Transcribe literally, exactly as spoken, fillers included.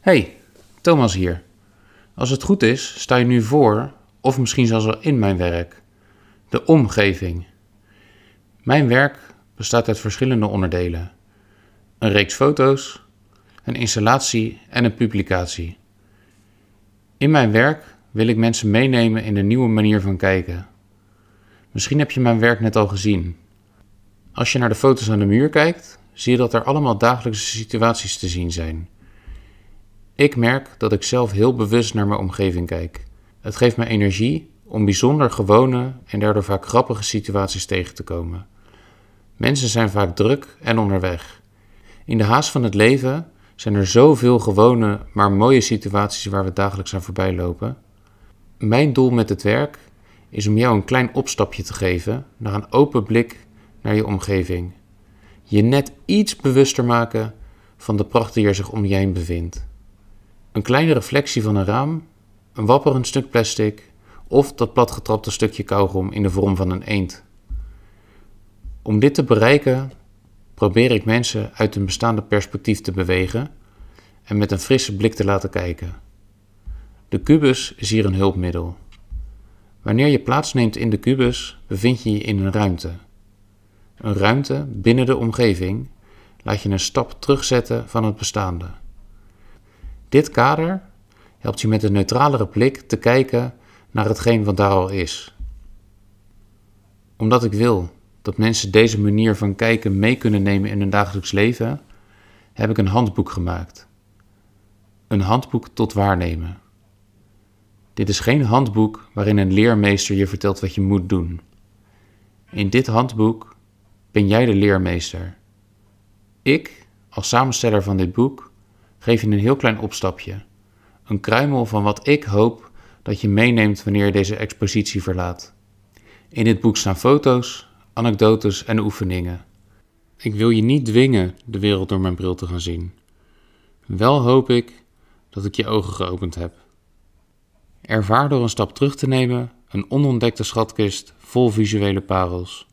Hey, Thomas hier. Als het goed is, sta je nu voor, of misschien zelfs wel in mijn werk. De omgeving. Mijn werk bestaat uit verschillende onderdelen. Een reeks foto's, een installatie en een publicatie. In mijn werk wil ik mensen meenemen in een nieuwe manier van kijken. Misschien heb je mijn werk net al gezien. Als je naar de foto's aan de muur kijkt, zie je dat er allemaal dagelijkse situaties te zien zijn. Ik merk dat ik zelf heel bewust naar mijn omgeving kijk. Het geeft me energie om bijzonder gewone en daardoor vaak grappige situaties tegen te komen. Mensen zijn vaak druk en onderweg. In de haast van het leven zijn er zoveel gewone, maar mooie situaties waar we dagelijks aan voorbij lopen. Mijn doel met het werk is om jou een klein opstapje te geven naar een open blik naar je omgeving. Je net iets bewuster maken van de pracht die er zich om je heen bevindt. Een kleine reflectie van een raam, een wapperend stuk plastic of dat platgetrapte stukje kauwgom in de vorm van een eend. Om dit te bereiken probeer ik mensen uit hun bestaande perspectief te bewegen en met een frisse blik te laten kijken. De kubus is hier een hulpmiddel. Wanneer je plaatsneemt in de kubus bevind je je in een ruimte. Een ruimte binnen de omgeving laat je een stap terugzetten van het bestaande. Dit kader helpt je met een neutralere blik te kijken naar hetgeen wat daar al is. Omdat ik wil dat mensen deze manier van kijken mee kunnen nemen in hun dagelijks leven, heb ik een handboek gemaakt. Een handboek tot waarnemen. Dit is geen handboek waarin een leermeester je vertelt wat je moet doen. In dit handboek ben jij de leermeester. Ik, als samensteller van dit boek, geef je een heel klein opstapje. Een kruimel van wat ik hoop dat je meeneemt wanneer je deze expositie verlaat. In dit boek staan foto's, anekdotes en oefeningen. Ik wil je niet dwingen de wereld door mijn bril te gaan zien. Wel hoop ik dat ik je ogen geopend heb. Ervaar door een stap terug te nemen een onontdekte schatkist vol visuele parels.